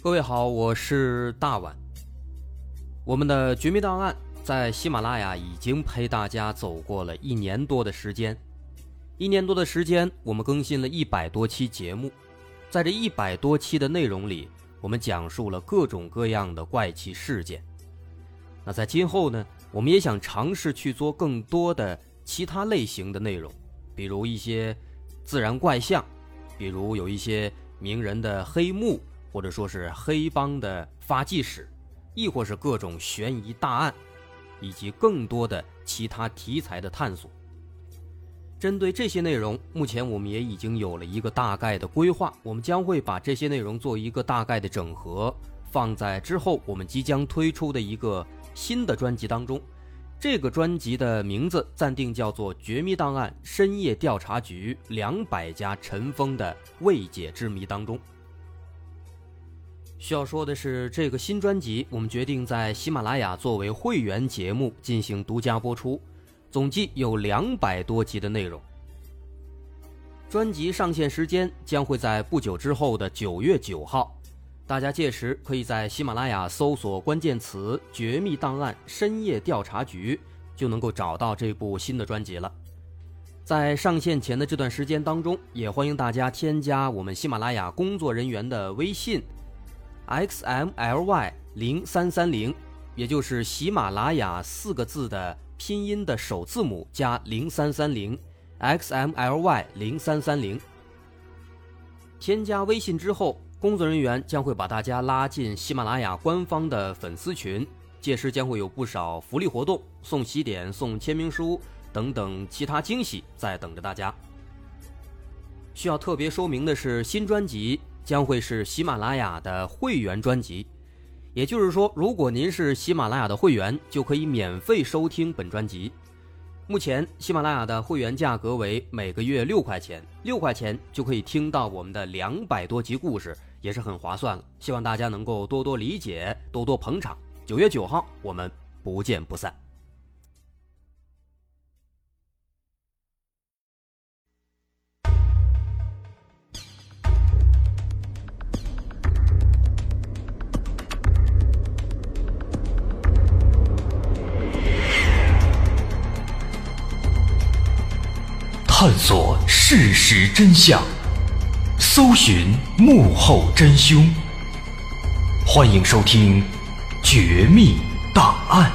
各位好，我是大碗。我们的绝密档案在喜马拉雅已经陪大家走过了1年多的时间。1年多的时间，我们更新了100多期节目。在这100多期的内容里，我们讲述了各种各样的怪奇事件。那在今后呢，我们也想尝试去做更多的其他类型的内容，比如一些自然怪象，比如有一些名人的黑幕，或者说是黑帮的发迹史，亦或是各种悬疑大案，以及更多的其他题材的探索。针对这些内容，目前我们也已经有了一个大概的规划，我们将会把这些内容做一个大概的整合，放在之后我们即将推出的一个新的专辑当中。这个专辑的名字暂定叫做《绝密档案深夜调查局200家尘封的未解之谜》当中。需要说的是，这个新专辑我们决定在喜马拉雅作为会员节目进行独家播出，总计有200多集的内容。专辑上线时间将会在不久之后的9月9号，大家届时可以在喜马拉雅搜索关键词“绝密档案深夜调查局”，就能够找到这部新的专辑了。在上线前的这段时间当中，也欢迎大家添加我们喜马拉雅工作人员的微信XMLY0330，也就是喜马拉雅4个字的拼音的首字母加0330 XMLY0330。添加微信之后，工作人员将会把大家拉进喜马拉雅官方的粉丝群，届时将会有不少福利活动，送喜点、送签名书等等其他惊喜在等着大家。需要特别说明的是，新专辑将会是喜马拉雅的会员专辑，也就是说，如果您是喜马拉雅的会员，就可以免费收听本专辑。目前喜马拉雅的会员价格为每个月6块钱，6块钱就可以听到我们的200多集故事，也是很划算了。希望大家能够多多理解，多多捧场。9月9号我们不见不散。 探索事实真相，搜寻幕后真凶。欢迎收听《绝密档案》。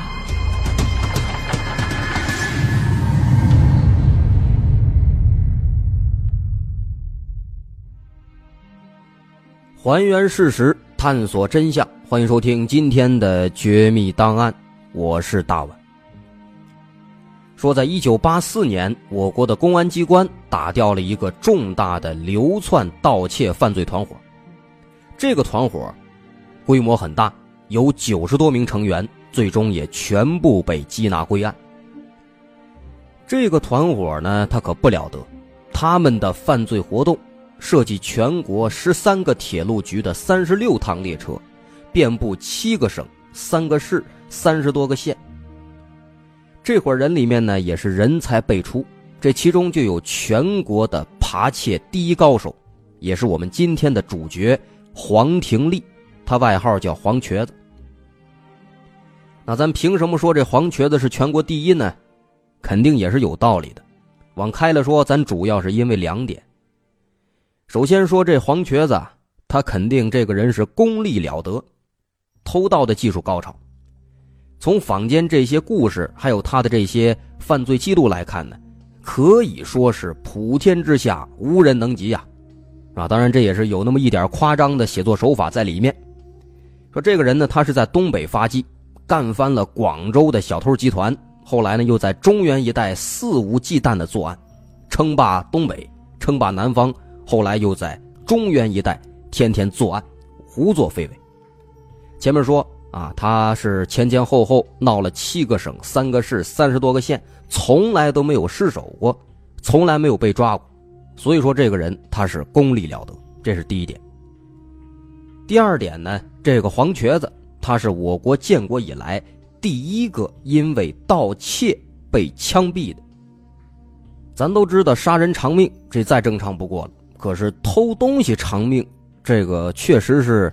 还原事实，探索真相。欢迎收听今天的《绝密档案》，我是大碗。说在1984年，我国的公安机关打掉了一个重大的流窜盗窃犯罪团伙。这个团伙规模很大，有90多名成员，最终也全部被缉拿归案。这个团伙呢，他可不了得，他们的犯罪活动涉及全国13个铁路局的36趟列车，遍布7个省、3个市、30多个县。这伙人里面呢，也是人才辈出，这其中就有全国的扒窃第一高手，也是我们今天的主角黄廷利，他外号叫黄瘸子。那咱凭什么说这黄瘸子是全国第一呢？肯定也是有道理的。往开了说，咱主要是因为2点。首先说这黄瘸子，他肯定这个人是功力了得，偷盗的技术高超。从坊间这些故事还有他的这些犯罪记录来看呢，可以说是普天之下无人能及当然这也是有那么一点夸张的写作手法在里面。说这个人呢，他是在东北发迹，干翻了广州的小偷集团，后来呢又在中原一带肆无忌惮的作案，称霸东北，称霸南方，后来又在中原一带天天作案，胡作非为。前面说他是前前后后闹了7个省、3个市、30多个县，从来都没有失手过，从来没有被抓过。所以说这个人他是功力了得，这是第一点。第二点呢，这个黄瘸子他是我国建国以来第一个因为盗窃被枪毙的。咱都知道杀人偿命，这再正常不过了，可是偷东西偿命，这个确实是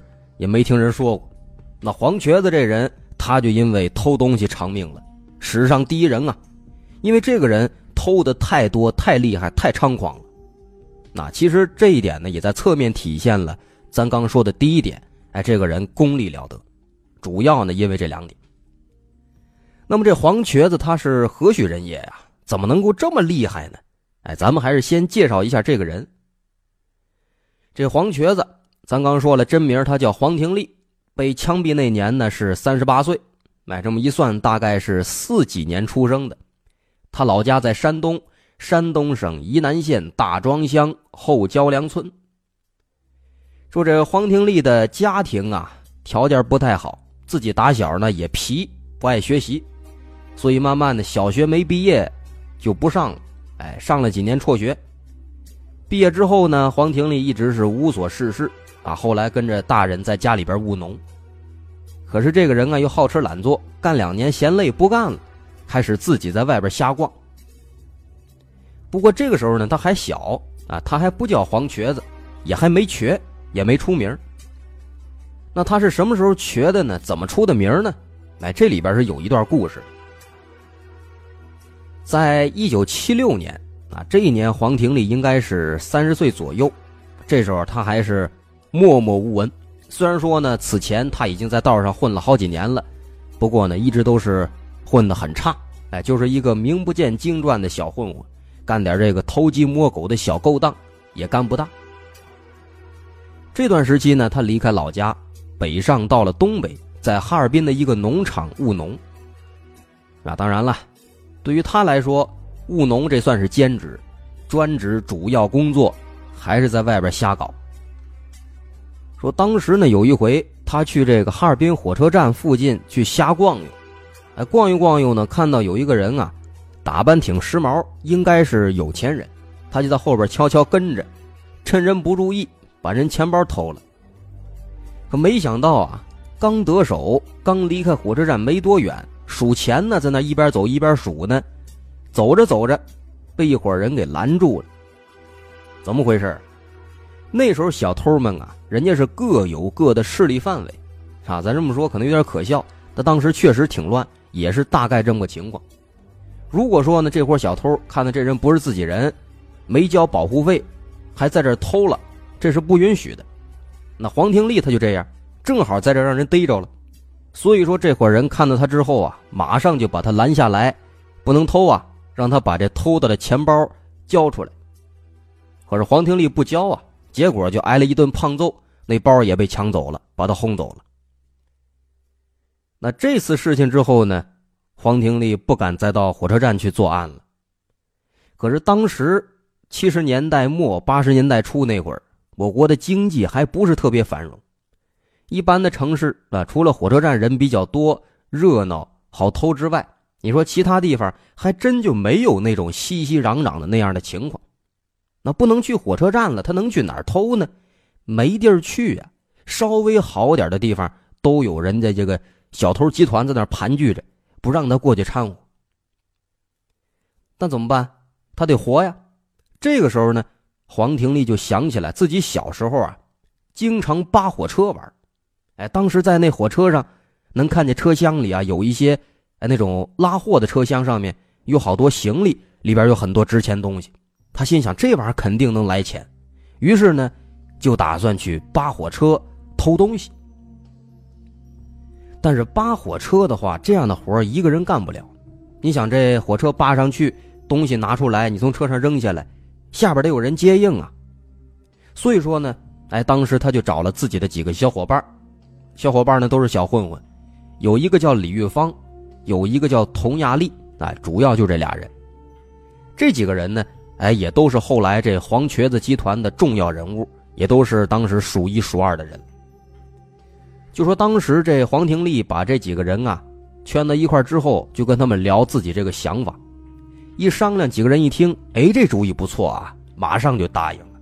也没听人说过。那黄瘸子这人，他就因为偷东西偿命了，史上第一人啊！因为这个人偷的太多、太厉害、太猖狂了。那其实这一点呢，也在侧面体现了咱刚说的第一点，这个人功力了得。主要呢，因为这2点。那么这黄瘸子他是何许人也呀？怎么能够这么厉害呢？咱们还是先介绍一下这个人。这黄瘸子，咱刚说了，真名他叫黄廷立，被枪毙那年呢是38岁，这么一算，大概是40几年出生的。他老家在山东省沂南县大庄乡后焦梁村。说这黄廷立的家庭啊，条件不太好，自己打小呢也皮，不爱学习，所以慢慢的小学没毕业就不上了，上了几年辍学。毕业之后呢，黄廷立一直是无所事事啊，后来跟着大人在家里边务农。可是这个人啊又好吃懒做，干2年嫌累不干了，开始自己在外边瞎逛。不过这个时候呢，他还小啊，他还不叫黄瘸子，也还没瘸，也没出名。那他是什么时候瘸的呢？怎么出的名呢？这里边是有一段故事。在1976年啊，这一年黄廷立应该是30岁左右，这时候他还是默默无闻。虽然说呢，此前他已经在道上混了好几年了，不过呢，一直都是混得很差，就是一个名不见经传的小混混，干点这个偷鸡摸狗的小勾当也干不大。这段时期呢，他离开老家，北上到了东北，在哈尔滨的一个农场务农。当然了，对于他来说，务农这算是兼职，专职主要工作还是在外边瞎搞。说当时呢，有一回他去这个哈尔滨火车站附近去瞎逛悠，逛悠逛悠呢，看到有一个人啊，打扮挺时髦，应该是有钱人，他就在后边悄悄跟着，趁人不注意把人钱包偷了。可没想到啊，刚得手，刚离开火车站没多远，数钱呢，在那一边走一边数呢，走着走着被一伙人给拦住了。怎么回事？那时候小偷们啊，人家是各有各的势力范围啊，咱这么说可能有点可笑，但当时确实挺乱，也是大概这么个情况。如果说呢，这伙小偷看到这人不是自己人，没交保护费，还在这偷了，这是不允许的。那黄廷立他就这样，正好在这让人逮着了，所以说这伙人看到他之后啊，马上就把他拦下来，不能偷啊，让他把这偷到的钱包交出来。可是黄廷立不交啊，结果就挨了一顿胖揍，那包也被抢走了，把他轰走了。那这次事情之后呢，黄廷立不敢再到火车站去作案了。可是当时70年代末80年代初那会儿，我国的经济还不是特别繁荣，一般的城市啊，除了火车站人比较多热闹好偷之外，你说其他地方还真就没有那种熙熙攘攘的那样的情况。那不能去火车站了，他能去哪儿偷呢？没地儿去啊，稍微好点的地方都有人家这个小偷集团在那儿盘踞着，不让他过去掺和。那怎么办？他得活呀。这个时候呢，黄廷立就想起来自己小时候啊，经常扒火车玩。当时在那火车上能看见车厢里啊有一些那种拉货的车厢，上面有好多行李，里边有很多值钱东西。他心想这玩意儿肯定能来钱，于是呢就打算去扒火车偷东西。但是扒火车的话，这样的活一个人干不了。你想这火车扒上去，东西拿出来，你从车上扔下来，下边得有人接应啊。所以说呢，当时他就找了自己的几个小伙伴呢都是小混混，有一个叫李玉芳，有一个叫佟亚丽，主要就这俩人。这几个人呢也都是后来这黄瘸子集团的重要人物，也都是当时数一数二的人。就说当时这黄廷立把这几个人啊圈到一块之后，就跟他们聊自己这个想法，一商量，几个人一听，这主意不错啊，马上就答应了。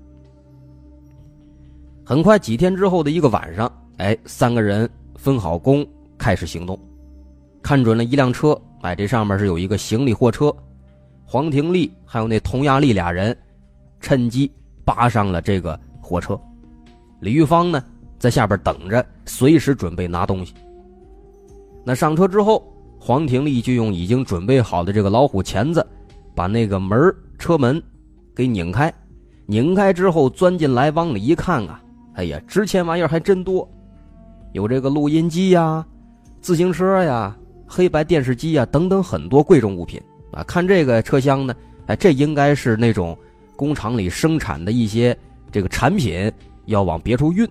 很快几天之后的一个晚上，3个人分好工，开始行动，看准了一辆车，这上面是有一个行李货车，黄廷立还有那佟亚丽俩人趁机扒上了这个火车。李玉芳呢在下边等着，随时准备拿东西。那上车之后，黄廷利就用已经准备好的这个老虎钳子把那个车门给拧开，拧开之后钻进来往里一看啊，哎呀，值钱玩意儿还真多，有这个录音机呀、自行车呀、黑白电视机呀等等很多贵重物品啊。看这个车厢呢，哎，这应该是那种工厂里生产的一些这个产品要往别处运。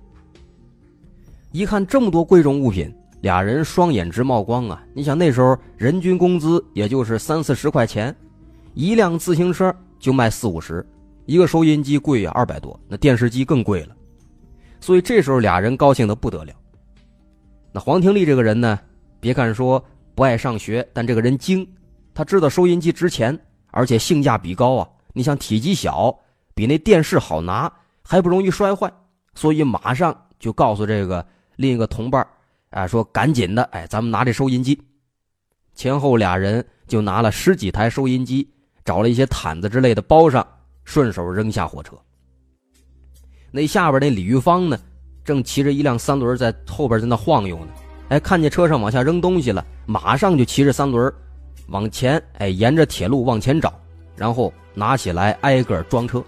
一看这么多贵重物品，俩人双眼直冒光啊！你想那时候人均工资也就是30-40块钱，一辆自行车就卖40-50，一个收音机贵啊200多，那电视机更贵了。所以这时候俩人高兴得不得了。那黄廷利这个人呢，别看说不爱上学，但这个人精，他知道收音机值钱，而且性价比高啊。你想体积小，比那电视好拿，还不容易摔坏，所以马上就告诉这个另一个同伴啊，说赶紧的，哎，咱们拿这收音机。前后俩人就拿了10几台收音机，找了一些毯子之类的包上，顺手扔下火车。那下边那李玉芳呢，正骑着一辆3轮在后边在那晃悠呢，哎，看见车上往下扔东西了，马上就骑着3轮往前，哎，沿着铁路往前找，然后拿起来挨个装车。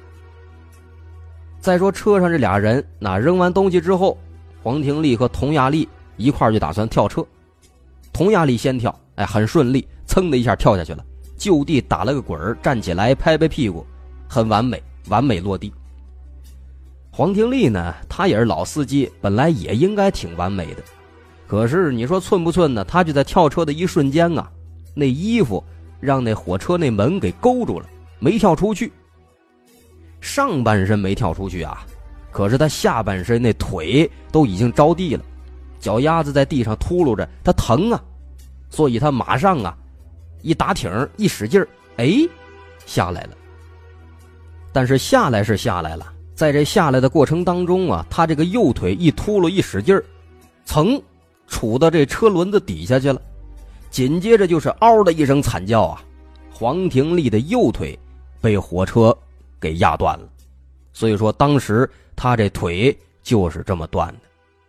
再说车上这俩人，那扔完东西之后，黄廷利和佟亚丽一块就打算跳车。佟亚丽先跳，哎，很顺利，噌的一下跳下去了，就地打了个滚，站起来拍拍屁股，很完美，完美落地。黄廷利呢，他也是老司机，本来也应该挺完美的，可是你说寸不寸呢？他就在跳车的一瞬间啊，那衣服让那火车那门给勾住了，没跳出去。上半身没跳出去啊，可是他下半身那腿都已经着地了，脚丫子在地上秃噜着，他疼啊，所以他马上啊一打挺一使劲儿，哎，下来了。但是下来是下来了，在这下来的过程当中啊，他这个右腿一秃噜一使劲儿，噌杵到这车轮子底下去了，紧接着就是嗷的一声惨叫啊，黄廷利的右腿被火车给压断了。所以说当时他这腿就是这么断的。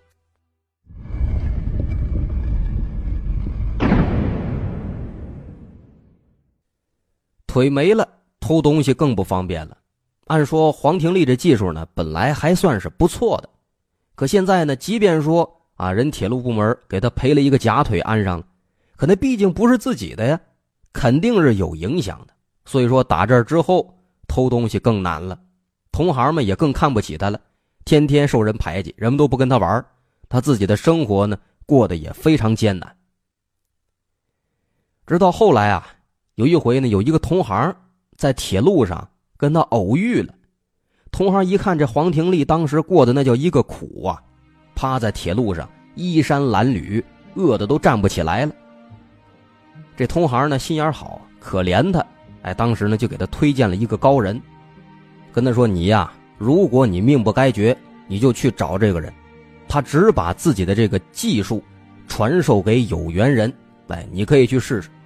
腿没了，偷东西更不方便了。按说黄廷利这技术呢，本来还算是不错的，可现在呢，即便说啊，人铁路部门给他赔了一个假腿安上了，可那毕竟不是自己的呀，肯定是有影响的。所以说打这儿之后，偷东西更难了，同行们也更看不起他了，天天受人排挤，人们都不跟他玩，他自己的生活呢，过得也非常艰难。直到后来啊，有一回呢，有一个同行在铁路上跟他偶遇了。同行一看这黄廷利当时过的那叫一个苦啊，趴在铁路上衣衫褴褛，饿得都站不起来了。这同行呢心眼好，可怜他，哎，当时呢就给他推荐了一个高人，跟他说，你呀，如果你命不该绝，你就去找这个人，他只把自己的这个技术传授给有缘人，哎，你可以去试试。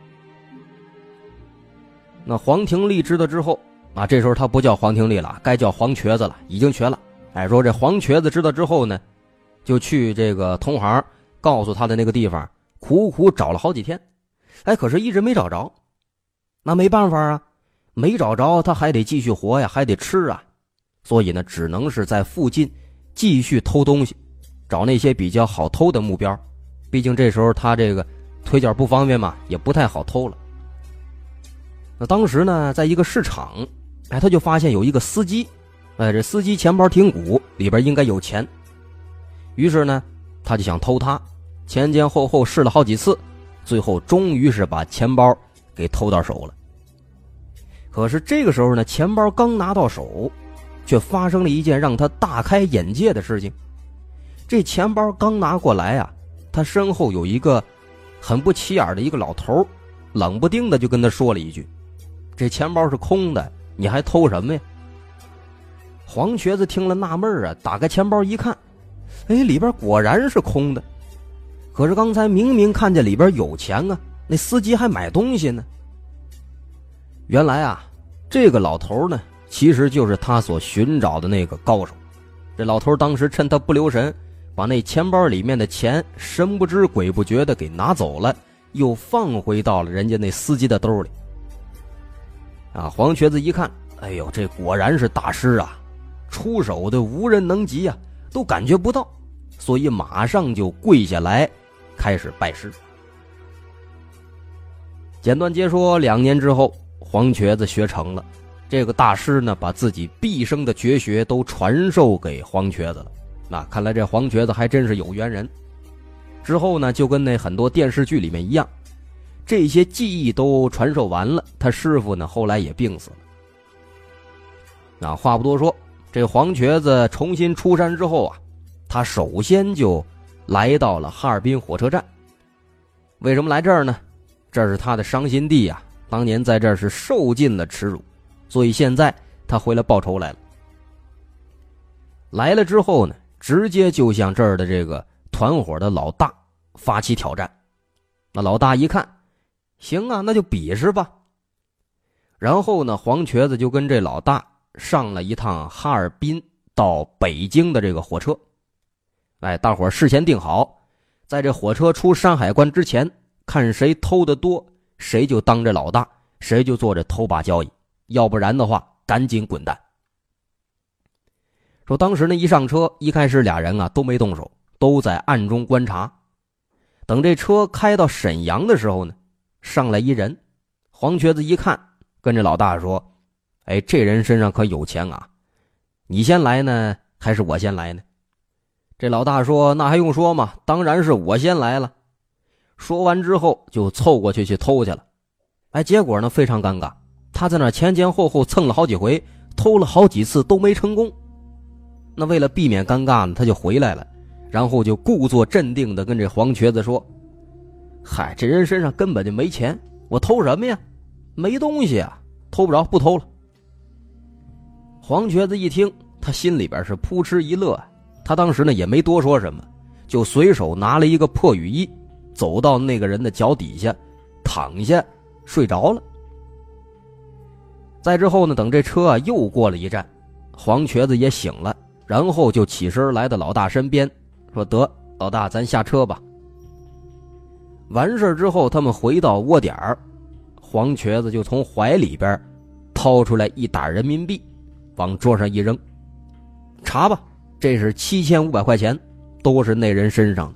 那黄廷利知道之后啊，这时候他不叫黄廷利了，该叫黄瘸子了，已经瘸了。哎，说这黄瘸子知道之后呢，就去这个同行告诉他的那个地方，苦苦找了好几天，哎，可是一直没找着。那没办法啊，没找着他还得继续活呀，还得吃啊，所以呢，只能是在附近继续偷东西，找那些比较好偷的目标。毕竟这时候他这个腿脚不方便嘛，也不太好偷了。那当时呢，在一个市场，哎，他就发现有一个司机，哎，这司机钱包挺鼓，里边应该有钱。于是呢，他就想偷他，前前后后试了好几次，最后终于是把钱包给偷到手了。可是这个时候呢，钱包刚拿到手，却发生了一件让他大开眼界的事情。这钱包刚拿过来啊，他身后有一个很不起眼的一个老头，冷不丁的就跟他说了一句，这钱包是空的，你还偷什么呀？黄瘸子听了纳闷啊，打开钱包一看，哎，里边果然是空的。可是刚才明明看见里边有钱啊，那司机还买东西呢。原来啊，这个老头呢，其实就是他所寻找的那个高手。 这老头当时趁他不留神，把那钱包里面的钱神不知鬼不觉的给拿走了，又放回到了人家那司机的兜里。黄瘸子一看，哎呦，这果然是大师啊，出手的无人能及啊，都感觉不到，所以马上就跪下来开始拜师。简短截说，2年之后，黄瘸子学成了，这个大师呢，把自己毕生的绝学都传授给黄瘸子了。那看来这黄瘸子还真是有缘人。之后呢，就跟那很多电视剧里面一样，这些技艺都传授完了，他师傅呢后来也病死了。那话不多说，这黄瘸子重新出山之后啊，他首先就来到了哈尔滨火车站。为什么来这儿呢？这是他的伤心地啊，当年在这儿是受尽了耻辱，所以现在他回来报仇来了。来了之后呢，直接就向这儿的这个团伙的老大发起挑战。那老大一看，行啊，那就比试吧。然后呢，黄瘸子就跟这老大上了一趟哈尔滨到北京的这个火车。大伙事先定好，在这火车出山海关之前，看谁偷的多，谁就当这老大，谁就做这偷把交椅，要不然的话赶紧滚蛋。说当时呢，一上车，一开始俩人啊都没动手，都在暗中观察。等这车开到沈阳的时候呢，上来一人，黄瘸子一看，跟这老大说，这人身上可有钱啊，你先来呢还是我先来呢？这老大说，那还用说吗，当然是我先来了。说完之后就凑过去偷去了。结果呢非常尴尬，他在那前前后后蹭了好几回，偷了好几次都没成功。那为了避免尴尬呢，他就回来了，然后就故作镇定的跟这黄瘸子说，嗨，这人身上根本就没钱，我偷什么呀，没东西啊，偷不着，不偷了。黄瘸子一听，他心里边是扑哧一乐，他当时呢也没多说什么，就随手拿了一个破雨衣，走到那个人的脚底下躺下睡着了。再之后呢，等这车又过了一站，黄瘸子也醒了，然后就起身来到老大身边，说，得，老大咱下车吧。完事之后，他们回到窝点儿，黄瘸子就从怀里边掏出来1沓人民币，往桌上一扔，查吧，这是7500块钱，都是那人身上的。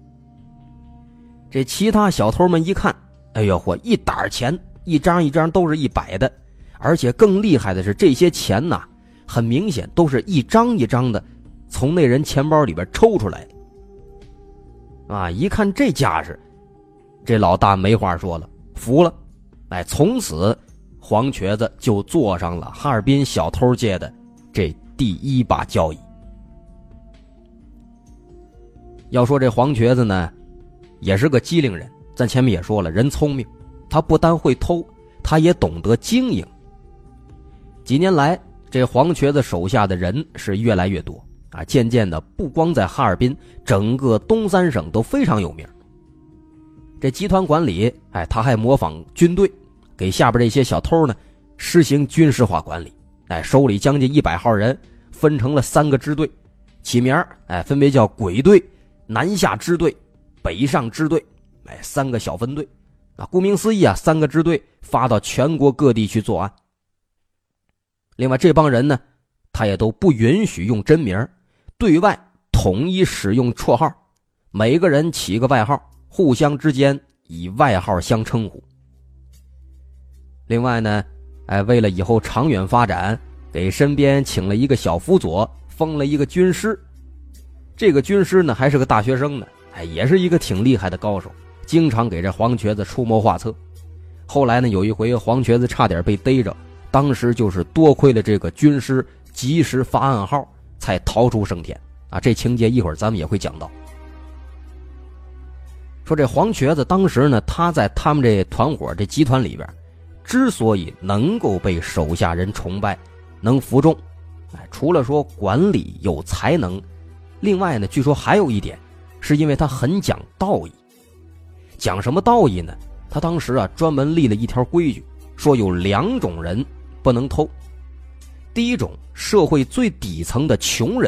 这其他小偷们一看，哎呦嚯，1沓钱，一张一张都是100的，而且更厉害的是，这些钱呐，很明显都是一张一张的从那人钱包里边抽出来的。一看这架势，这老大没话说了，服了。从此黄瘸子就坐上了哈尔滨小偷界的这第1把交椅。要说这黄瘸子呢，也是个机灵人，咱前面也说了，人聪明，他不单会偷，他也懂得经营。几年来，这黄瘸子手下的人是越来越多渐渐的不光在哈尔滨，整个东三省都非常有名。这集团管理他还模仿军队，给下边这些小偷呢实行军事化管理。手里将近100号人，分成了3个支队，起名分别叫鬼队、南下支队、北上支队，3个小分队。顾名思义3个支队发到全国各地去作案。另外这帮人呢，他也都不允许用真名，对外统一使用绰号，每个人起个外号，互相之间以外号相称呼。另外呢，为了以后长远发展，给身边请了一个小辅佐，封了一个军师。这个军师呢还是个大学生呢，也是一个挺厉害的高手，经常给这黄瘸子出谋划策。后来呢，有一回黄瘸子差点被逮着，当时就是多亏了这个军师及时发暗号，才逃出升天这情节一会儿咱们也会讲到。说这黄瘸子当时呢，他在他们这团伙这集团里边，之所以能够被手下人崇拜，能服众，除了说管理有才能，另外呢，据说还有一点，是因为他很讲道义。讲什么道义呢？他当时专门立了一条规矩，说有2种人不能偷。第一种，社会最底层的穷人不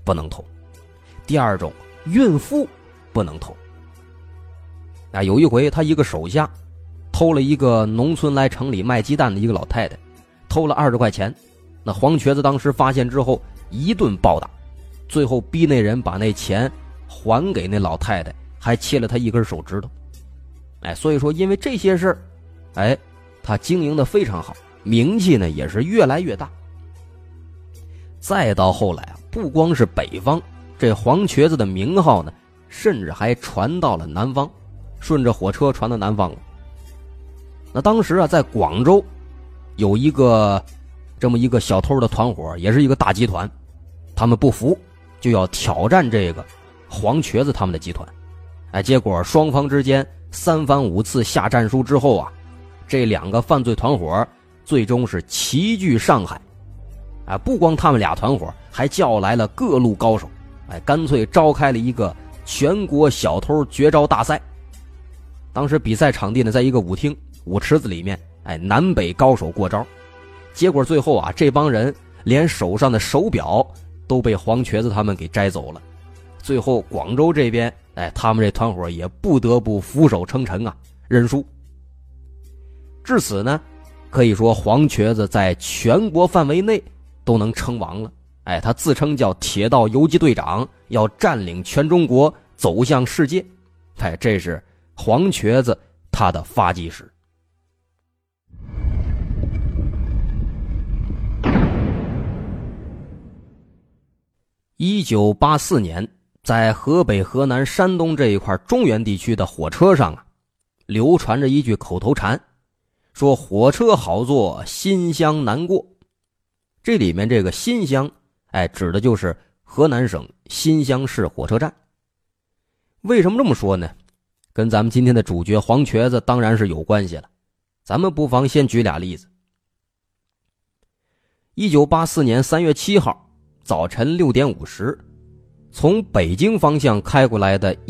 不能偷。第二种，孕妇不能偷。有一回他一个手下偷了一个农村来城里卖鸡蛋的一个老太太，偷了20块钱。那黄瘸子当时发现之后一顿暴打，最后逼那人把那钱还给那老太太，还切了他一根手指头。所以说因为这些事儿，他经营的非常好，名气呢也是越来越大。再到后来不光是北方，这黄瘸子的名号呢甚至还传到了南方，顺着火车传到南方了。那当时在广州有这么一个小偷的团伙，也是一个大集团，他们不服，就要挑战这个黄瘸子他们的集团。结果双方之间3番5次下战书之后这2个犯罪团伙最终是齐聚上海。不光他们俩团伙，还叫来了各路高手，干脆召开了一个全国小偷绝招大赛。当时比赛场地呢在一个舞厅舞池子里面，南北高手过招。结果最后这帮人连手上的手表都被黄瘸子他们给摘走了。最后广州这边他们这团伙也不得不俯首称臣认输。至此呢，可以说黄瘸子在全国范围内都能称王了。他自称叫铁道游击队长，要占领全中国，走向世界。这是黄瘸子他的发迹史。1984年，在河北、河南、山东这一块中原地区的火车上流传着一句口头禅，说火车好坐，新乡难过。这里面这个新乡指的就是河南省新乡市火车站。为什么这么说呢？跟咱们今天的主角黄瘸子当然是有关系了。咱们不妨先举俩例子。1984年3月7号早晨6点50，从北京方向开过来的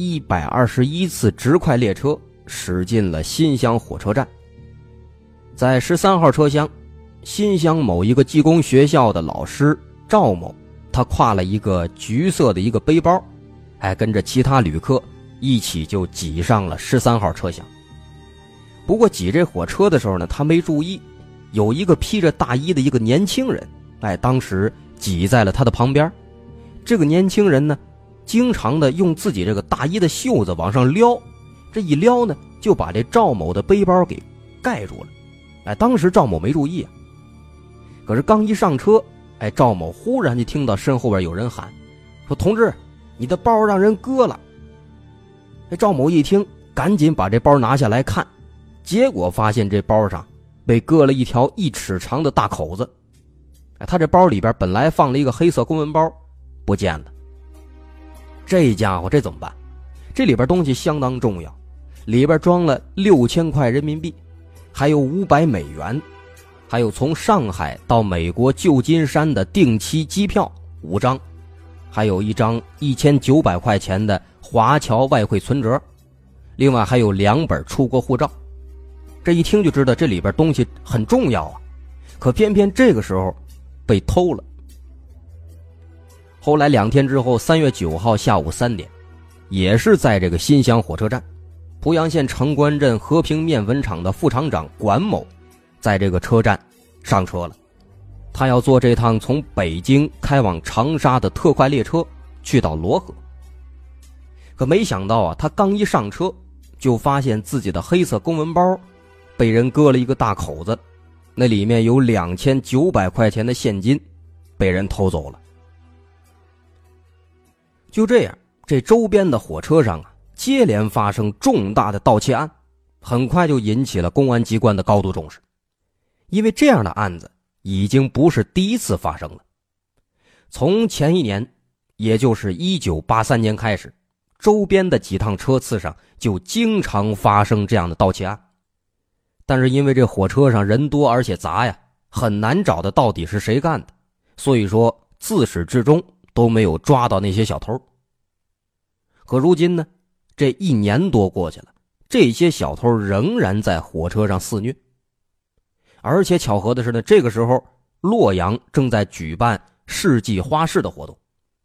121次直快列车驶进了新乡火车站。在13号车厢，新乡某一个技工学校的老师赵某，他挎了一个橘色的一个背包，跟着其他旅客一起就挤上了13号车厢。不过挤这火车的时候呢，他没注意，有一个披着大衣的一个年轻人，当时挤在了他的旁边。这个年轻人呢，经常的用自己这个大衣的袖子往上撩，这一撩呢，就把这赵某的背包给盖住了。当时赵某没注意可是刚一上车，赵某忽然就听到身后边有人喊，说同志，你的包让人割了。赵某一听，赶紧把这包拿下来看，结果发现这包上被割了一条1尺长的大口子。他这包里边本来放了一个黑色公文包，不见了。这家伙这怎么办？这里边东西相当重要，里边装了6000块人民币，还有500美元，还有从上海到美国旧金山的定期机票5张，还有一张1900块钱的华侨外汇存折，另外还有2本出国护照。这一听就知道这里边东西很重要可偏偏这个时候被偷了。后来2天之后，3月9号下午3点，也是在这个新乡火车站，濮阳县城关镇和平面粉厂的副厂长管某在这个车站上车了。他要坐这趟从北京开往长沙的特快列车去到漯河。可没想到他刚一上车，就发现自己的黑色公文包被人割了一个大口子，那里面有2900块钱的现金被人偷走了。就这样，这周边的火车上接连发生重大的盗窃案，很快就引起了公安机关的高度重视。因为这样的案子已经不是第一次发生了。从前一年，也就是1983年开始，周边的几趟车次上就经常发生这样的盗窃案。但是因为这火车上人多而且杂很难找的到底是谁干的，所以说自始至终都没有抓到那些小偷。可如今呢，这1年多过去了，这些小偷仍然在火车上肆虐。而且巧合的是呢，这个时候洛阳正在举办世纪花市的活动，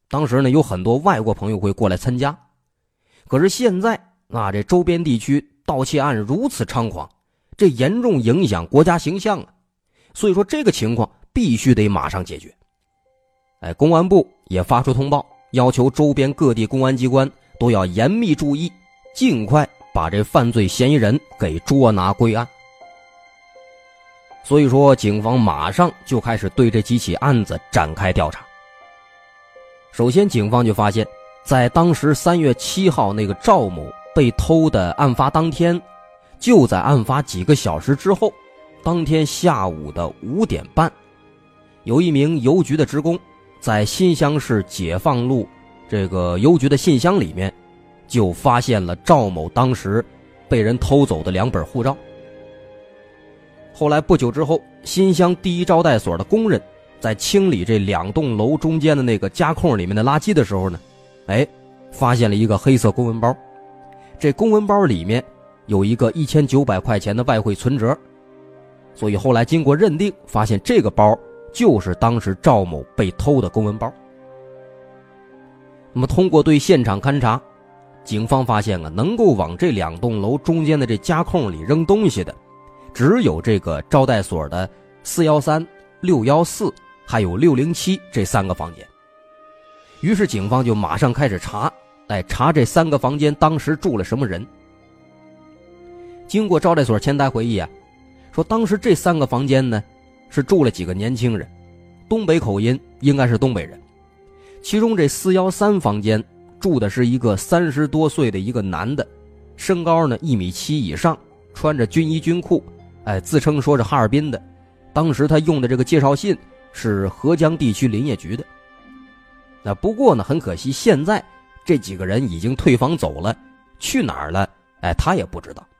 当时呢有很多外国朋友会过来参加。可是现在这周边地区盗窃案如此猖狂，这严重影响国家形象啊，所以说这个情况必须得马上解决。公安部也发出通报，要求周边各地公安机关都要严密注意，尽快把这犯罪嫌疑人给捉拿归案。所以说警方马上就开始对这几起案子展开调查。首先警方就发现，在当时3月7号那个赵某被偷的案发当天，就在案发几个小时之后，当天下午的5点半，有一名邮局的职工在新乡市解放路这个邮局的信箱里面就发现了赵某当时被人偷走的2本护照。后来不久之后，新乡第一招待所的工人在清理这2栋楼中间的那个夹空里面的垃圾的时候呢，发现了一个黑色公文包。这公文包里面有一个1900块钱的外汇存折，所以后来经过认定，发现这个包就是当时赵某被偷的公文包。那么通过对现场勘查，警方发现能够往这2栋楼中间的这夹空里扔东西的，只有这个招待所的413、614还有607这3个房间。于是警方就马上开始查这3个房间当时住了什么人。经过招待所前台回忆说当时这3个房间呢是住了几个年轻人，东北口音，应该是东北人。其中这413房间住的是一个30多岁的一个男的，身高呢1.7米以上，穿着军衣军裤，自称说是哈尔滨的。当时他用的这个介绍信是合江地区林业局的。不过呢很可惜，现在这几个人已经退房走了，去哪儿了他也不知道。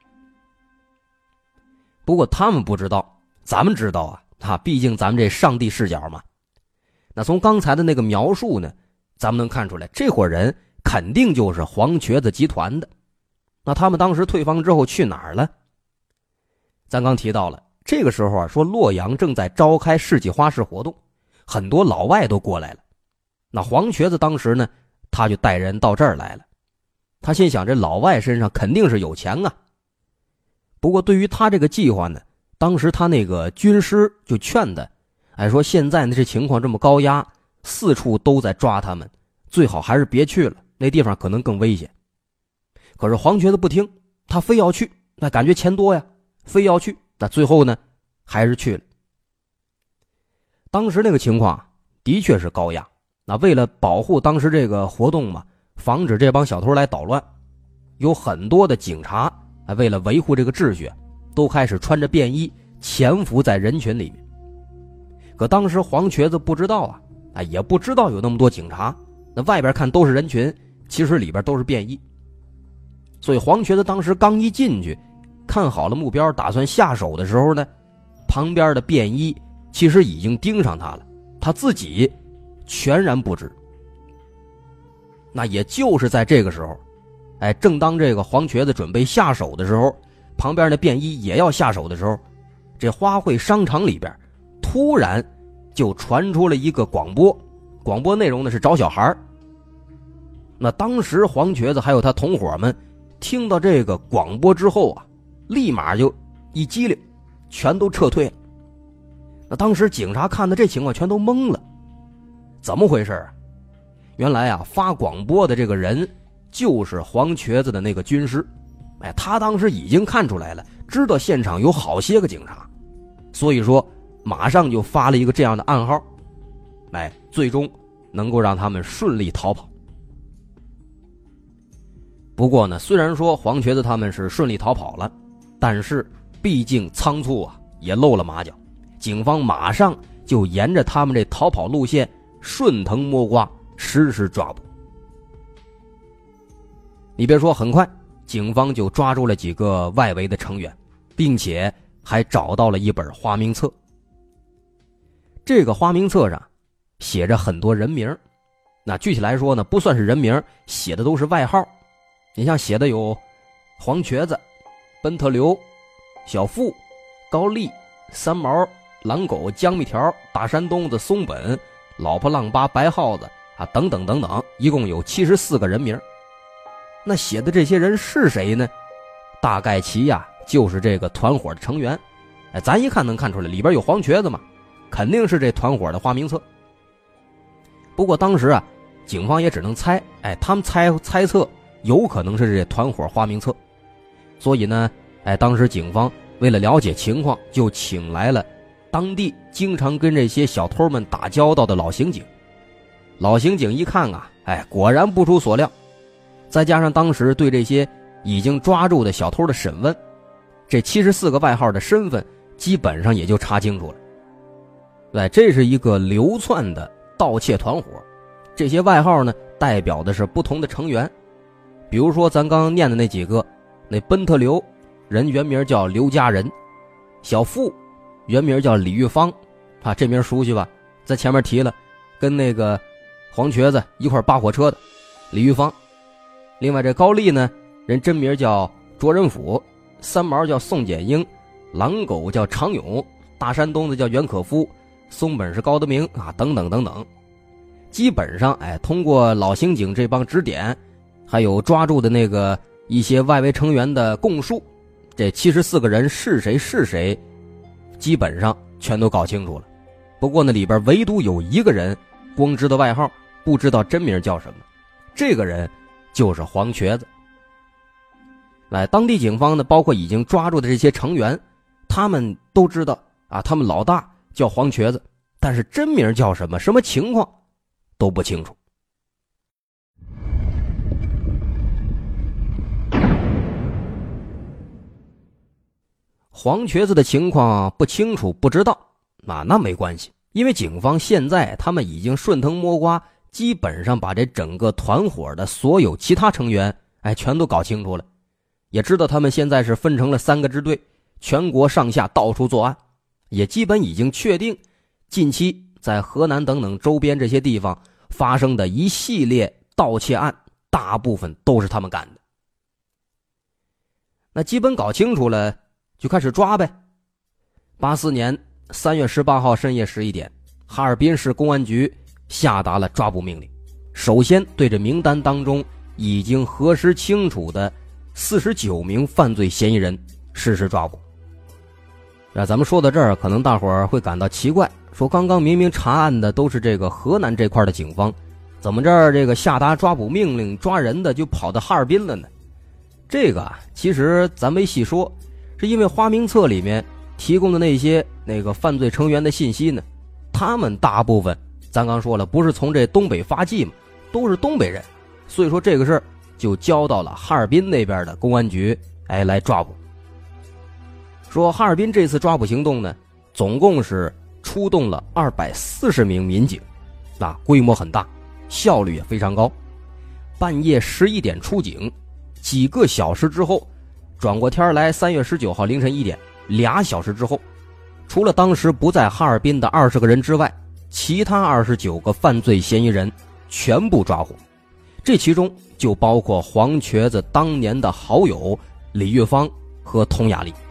不过他们不知道，咱们知道毕竟咱们这上帝视角嘛。那从刚才的那个描述呢，咱们能看出来这伙人肯定就是黄瘸子集团的。那他们当时退房之后去哪儿了？咱刚提到了，这个时候说洛阳正在召开世纪花市活动，很多老外都过来了。那黄瘸子当时呢，他就带人到这儿来了。他心想这老外身上肯定是有钱啊。不过对于他这个计划呢，当时他那个军师就劝他，说现在呢这情况这么高压，四处都在抓他们，最好还是别去了，那地方可能更危险。可是黄瘸子不听，他非要去，那感觉钱多呀，非要去，那最后呢还是去了。当时那个情况的确是高压，那为了保护当时这个活动嘛，防止这帮小偷来捣乱，有很多的警察为了维护这个秩序，都开始穿着便衣潜伏在人群里面。可当时黄瘸子不知道也不知道有那么多警察，那外边看都是人群，其实里边都是便衣。所以黄瘸子当时刚一进去，看好了目标打算下手的时候呢，旁边的便衣其实已经盯上他了，他自己全然不知。那也就是在这个时候，正当这个黄瘸子准备下手的时候，旁边的便衣也要下手的时候，这花卉商场里边突然就传出了一个广播，广播内容呢是找小孩。那当时黄瘸子还有他同伙们听到这个广播之后立马就一激灵，全都撤退了。那当时警察看到这情况全都懵了，怎么回事原来发广播的这个人就是黄瘸子的那个军师。他当时已经看出来了，知道现场有好些个警察，所以说马上就发了一个这样的暗号，最终能够让他们顺利逃跑。不过呢，虽然说黄瘸子他们是顺利逃跑了，但是毕竟仓促也露了马脚，警方马上就沿着他们这逃跑路线顺藤摸瓜，实施抓捕。你别说，很快警方就抓住了几个外围的成员，并且还找到了一本花名册。这个花名册上写着很多人名，那具体来说呢，不算是人名，写的都是外号。你像写的有黄瘸子、奔特流、小富、高丽、三毛、狼狗、江蜜条、大山东子、松本、老婆浪巴、白耗子等等等等，一共有74个人名。那写的这些人是谁呢？大概其就是这个团伙的成员。咱一看能看出来，里边有黄瘸子嘛，肯定是这团伙的花名册。不过当时警方也只能猜，他们猜测有可能是这团伙花名册。所以呢，当时警方为了了解情况，就请来了当地经常跟这些小偷们打交道的老刑警。老刑警一看果然不出所料，再加上当时对这些已经抓住的小偷的审问，这74个外号的身份基本上也就查清楚了。这是一个流窜的盗窃团伙，这些外号呢代表的是不同的成员。比如说咱刚刚念的那几个，那奔特刘人原名叫刘家人，小付原名叫李玉芳这名熟悉吧，在前面提了，跟那个黄瘸子一块扒火车的李玉芳。另外这高丽呢，人真名叫卓仁甫，三毛叫宋简英，狼狗叫常勇，大山东的叫袁可夫，松本是高德明等等等等。基本上通过老刑警这帮指点，还有抓住的那个一些外围成员的供述，这74个人是谁基本上全都搞清楚了。不过呢，里边唯独有一个人光知道外号，不知道真名叫什么，这个人就是黄瘸子。当地警方呢，包括已经抓住的这些成员，他们都知道他们老大叫黄瘸子，但是真名叫什么，什么情况都不清楚。黄瘸子的情况不清楚不知道那没关系，因为警方现在他们已经顺藤摸瓜，基本上把这整个团伙的所有其他成员全都搞清楚了，也知道他们现在是分成了3个支队，全国上下到处作案，也基本已经确定近期在河南等等周边这些地方发生的一系列盗窃案，大部分都是他们干的。那基本搞清楚了，就开始抓呗。84年3月18号深夜11点，哈尔滨市公安局下达了抓捕命令，首先对这名单当中已经核实清楚的49名犯罪嫌疑人实施抓捕。咱们说到这儿，可能大伙儿会感到奇怪，说刚刚明明查案的都是这个河南这块的警方，怎么这儿这个下达抓捕命令抓人的就跑到哈尔滨了呢？这个其实咱没细说，是因为花名册里面提供的那些犯罪成员的信息呢，他们大部分咱刚说了不是从这东北发迹嘛，都是东北人，所以说这个事儿就交到了哈尔滨那边的公安局来抓捕。说哈尔滨这次抓捕行动呢，总共是出动了240名民警规模很大，效率也非常高。半夜11点出警，几个小时之后，转过天来3月19号凌晨1点，2小时之后，除了当时不在哈尔滨的20个人之外，其他29个犯罪嫌疑人全部抓获，这其中就包括黄瘸子当年的好友李玉芳和佟雅丽。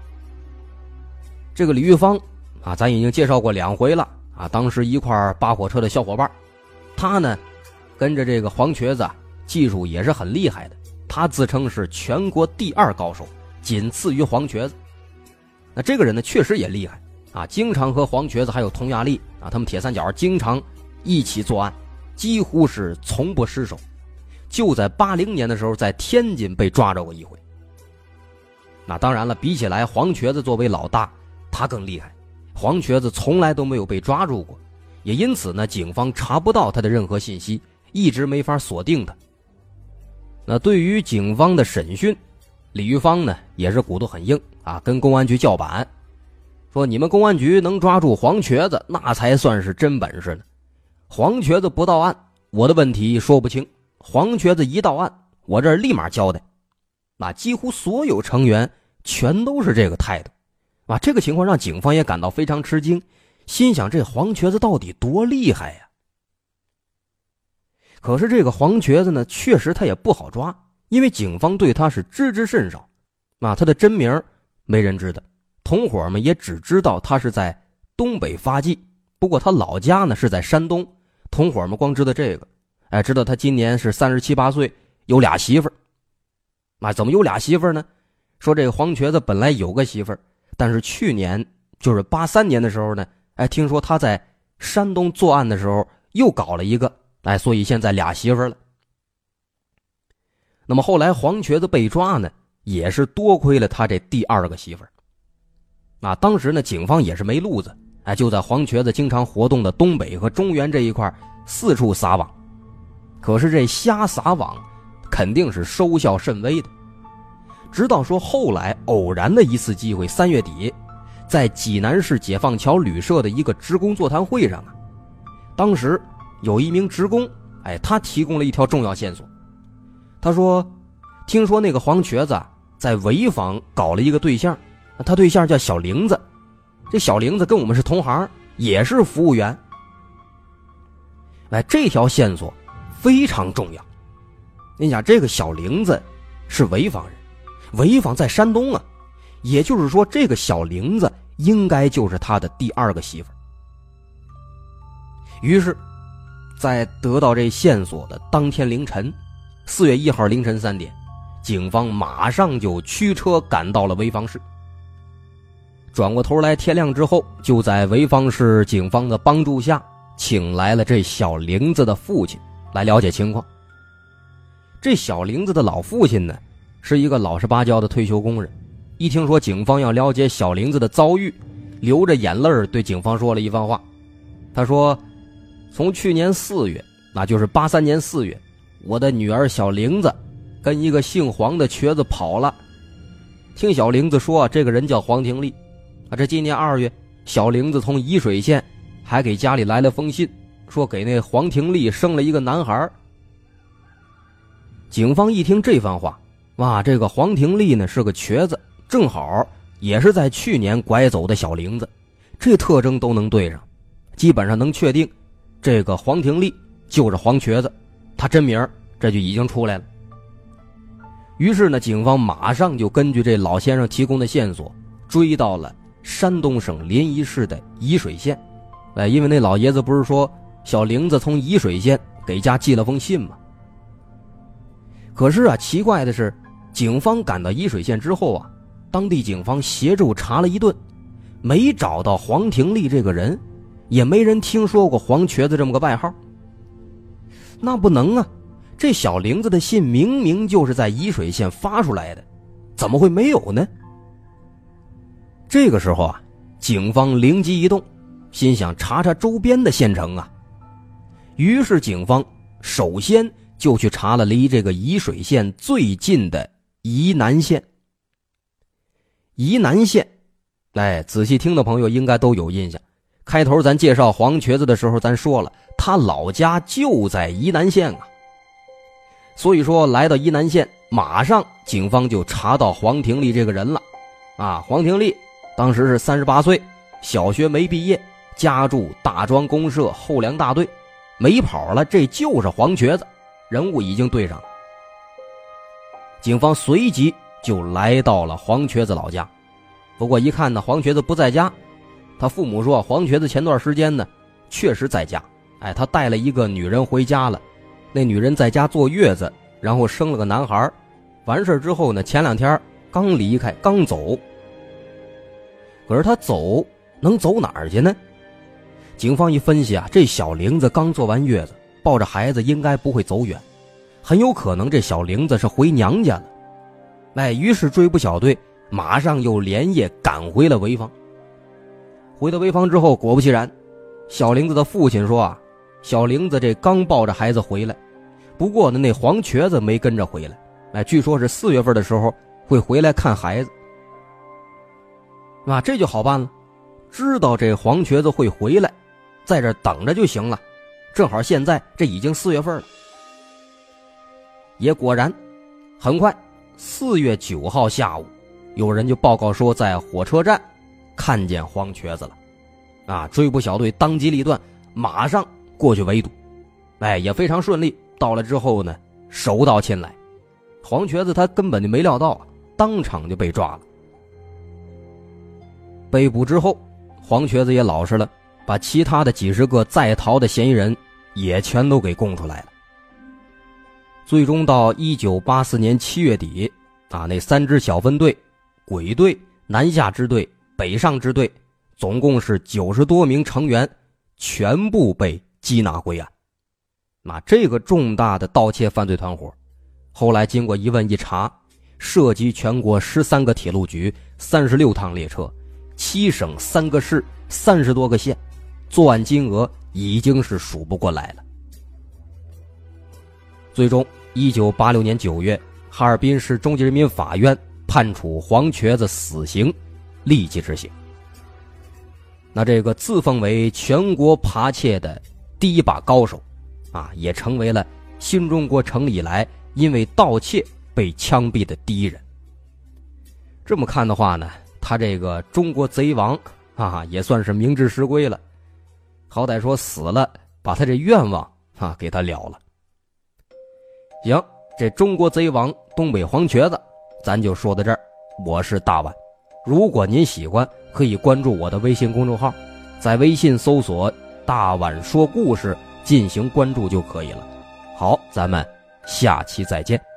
这个李玉芳咱已经介绍过2回了当时一块扒火车的小伙伴，他呢跟着这个黄瘸子技术也是很厉害的，他自称是全国第2高手，仅次于黄瘸子。那这个人呢确实也厉害经常和黄瘸子还有佟雅丽他们铁三角经常一起作案，几乎是从不失手。就在80年的时候在天津被抓着过一回。那当然了，比起来黄瘸子作为老大他更厉害，黄瘸子从来都没有被抓住过，也因此呢警方查不到他的任何信息，一直没法锁定他。那对于警方的审讯，李玉芳呢也是骨头很硬跟公安局叫板，说你们公安局能抓住黄瘸子那才算是真本事呢，黄瘸子不到案我的问题说不清，黄瘸子一到案我这儿立马交代。几乎所有成员全都是这个态度这个情况让警方也感到非常吃惊，心想这黄瘸子到底多厉害呀。可是这个黄瘸子呢确实他也不好抓，因为警方对他是知之甚少他的真名没人知道，同伙们也只知道他是在东北发迹，不过他老家呢是在山东， 同伙们光知道这个，知道他今年是37、8岁，有俩媳妇儿。怎么有俩媳妇儿呢？说这个黄瘸子本来有个媳妇儿，但是去年就是83年的时候呢，听说他在山东作案的时候又搞了一个，所以现在俩媳妇儿了。那么后来黄瘸子被抓呢，也是多亏了他这第二个媳妇儿。当时呢，警方也是没路子，就在黄瘸子经常活动的东北和中原这一块四处撒网。可是这瞎撒网肯定是收效甚微的。直到说后来偶然的一次机会，3月底在济南市解放桥旅社的一个职工座谈会上当时有一名职工，他提供了一条重要线索。他说听说那个黄瘸子在潍坊搞了一个对象，他对象叫小玲子，这小玲子跟我们是同行，也是服务员。这条线索非常重要。你想，这个小玲子是潍坊人，潍坊在山东啊，也就是说这个小玲子应该就是他的第二个媳妇儿。于是在得到这线索的当天凌晨，4月1号凌晨3点，警方马上就驱车赶到了潍坊市。转过头来，天亮之后，就在潍坊市警方的帮助下，请来了这小玲子的父亲来了解情况。这小玲子的老父亲呢，是一个老实巴交的退休工人，一听说警方要了解小玲子的遭遇，流着眼泪对警方说了一番话。他说，从去年4月，那就是83年4月，我的女儿小玲子跟一个姓黄的瘸子跑了。听小玲子说，这个人叫黄廷利。这今年2月，小玲子从沂水县还给家里来了封信，说给那黄廷利生了一个男孩。警方一听这番话，哇，这个黄廷利呢是个瘸子，正好也是在去年拐走的小玲子，这特征都能对上，基本上能确定这个黄廷利就是黄瘸子，他真名这就已经出来了。于是呢，警方马上就根据这老先生提供的线索，追到了山东省临沂市的沂水县。因为那老爷子不是说小玲子从沂水县给家寄了封信吗？可是奇怪的是，警方赶到沂水县之后当地警方协助查了一顿，没找到黄廷利这个人，也没人听说过黄瘸子这么个外号。那不能啊，这小玲子的信明明就是在沂水县发出来的，怎么会没有呢？这个时候警方灵机一动，心想查查周边的县城于是警方首先就去查了离这个沂水县最近的沂南县。沂南县，仔细听的朋友应该都有印象，开头咱介绍黄瘸子的时候咱说了，他老家就在沂南县所以说来到沂南县，马上警方就查到黄廷利这个人了黄廷利当时是38岁，小学没毕业，家住大庄公社后粮大队，没跑了，这就是黄瘸子，人物已经对上了。警方随即就来到了黄瘸子老家，不过一看呢，黄瘸子不在家。他父母说黄瘸子前段时间呢确实在家，他带了一个女人回家了，那女人在家坐月子，然后生了个男孩，完事之后呢，前2天刚离开刚走。可是他走能走哪儿去呢？警方一分析这小玲子刚坐完月子，抱着孩子应该不会走远，很有可能这小玲子是回娘家了。于是追捕小队马上又连夜赶回了潍坊。回到潍坊之后，果不其然，小玲子的父亲说小玲子这刚抱着孩子回来，不过呢那黄瘸子没跟着回来，据说是4月份的时候会回来看孩子。这就好办了，知道这黄瘸子会回来，在这等着就行了，正好现在这已经4月份了。也果然，很快4月9号下午，有人就报告说在火车站看见黄瘸子了。追捕小队当机立断，马上过去围堵。也非常顺利，到了之后呢，手到擒来。黄瘸子他根本就没料到当场就被抓了。被捕之后，黄瘸子也老实了，把其他的几十个在逃的嫌疑人也全都给供出来了。最终到1984年7月底那3支小分队，鬼队、南下支队、北上支队，总共是90多名成员全部被缉拿归案。这个重大的盗窃犯罪团伙后来经过一问一查，涉及全国13个铁路局、36趟列车、7省3个市、30多个县，作案金额已经是数不过来了。最终1986年9月，哈尔滨市中级人民法院判处黄瘸子死刑，立即执行。这个自封为全国扒窃的第一把高手也成为了新中国成立以来因为盗窃被枪毙的第一人。这么看的话呢，他这个中国贼王也算是明智实归了，好歹说死了，把他这愿望给他了了。行，这中国贼王东北黄瘸子咱就说到这儿。我是大碗，如果您喜欢，可以关注我的微信公众号，在微信搜索大碗说故事进行关注就可以了。好，咱们下期再见。